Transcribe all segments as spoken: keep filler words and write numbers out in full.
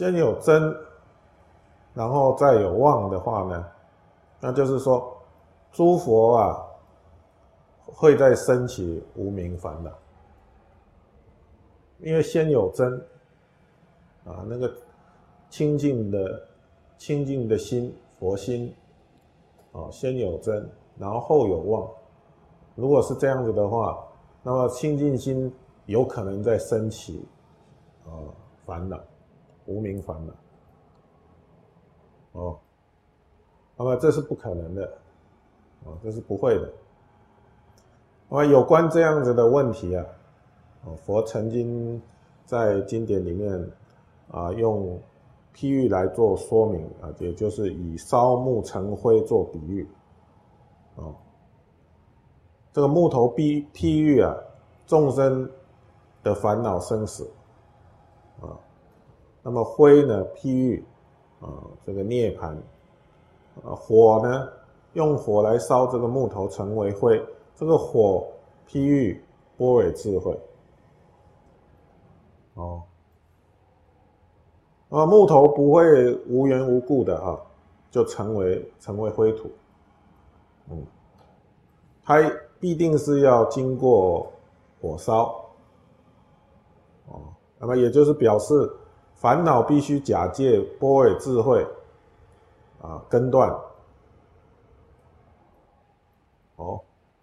先有真，然后再有妄的话呢，那就是说，诸佛啊，会再升起无明烦恼，因为先有真，啊，那个清净的清净的心，佛心，啊，先有真，然后后有妄。如果是这样子的话，那么清净心有可能再升起，啊，烦恼，无明烦恼。哦，那么这是不可能的，哦，这是不会的。那么有关这样子的问题啊，哦，佛曾经在经典里面啊，用譬喻来做说明啊，也就是以烧木成灰做比喻。哦，这个木头譬譬喻啊，众生的烦恼生死啊，那么灰呢譬喻啊，这个涅槃。啊，火呢，用火来烧这个木头成为灰，这个火譬喻般若智慧。哦，啊，木头不会无缘无故的啊，就成为成为灰土。嗯，它必定是要经过火烧。哦，那么也就是表示烦恼必须假借般若智慧啊，根断。哦，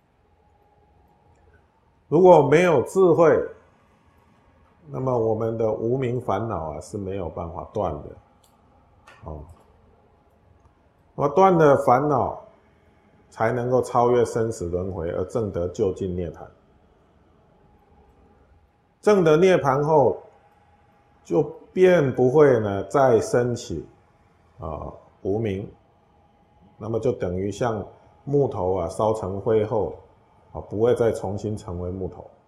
如果没有智慧，那么我们的无明烦恼啊是没有办法断的。哦，那么断了烦恼，才能够超越生死轮回，而证得究竟涅槃。证得涅槃后，就便不会呢再升起啊无明，那么就等于像木头啊烧成灰后啊，不会再重新成为木头。